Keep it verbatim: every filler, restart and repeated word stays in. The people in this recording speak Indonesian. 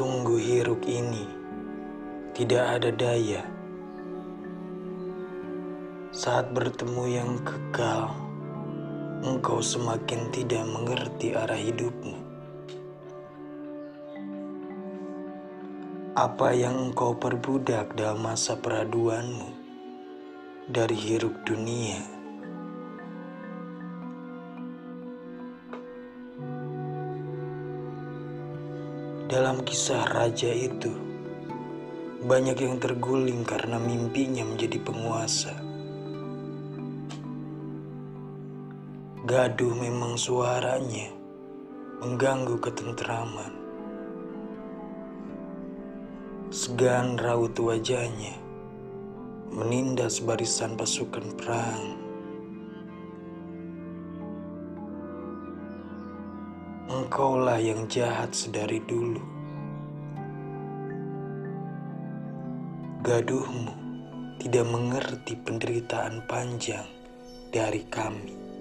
Sungguh hiruk ini tidak ada daya. Saat bertemu yang kekal, engkau semakin tidak mengerti arah hidupmu. Apa yang engkau perbudak dalam masa peraduanmu dari hiruk dunia. Dalam kisah raja itu, banyak yang terguling karena mimpinya menjadi penguasa. Gaduh memang suaranya mengganggu ketentraman. Segan raut wajahnya menindas barisan pasukan perang. Engkaulah yang jahat sedari dulu. Gaduhmu tidak mengerti penderitaan panjang dari kami.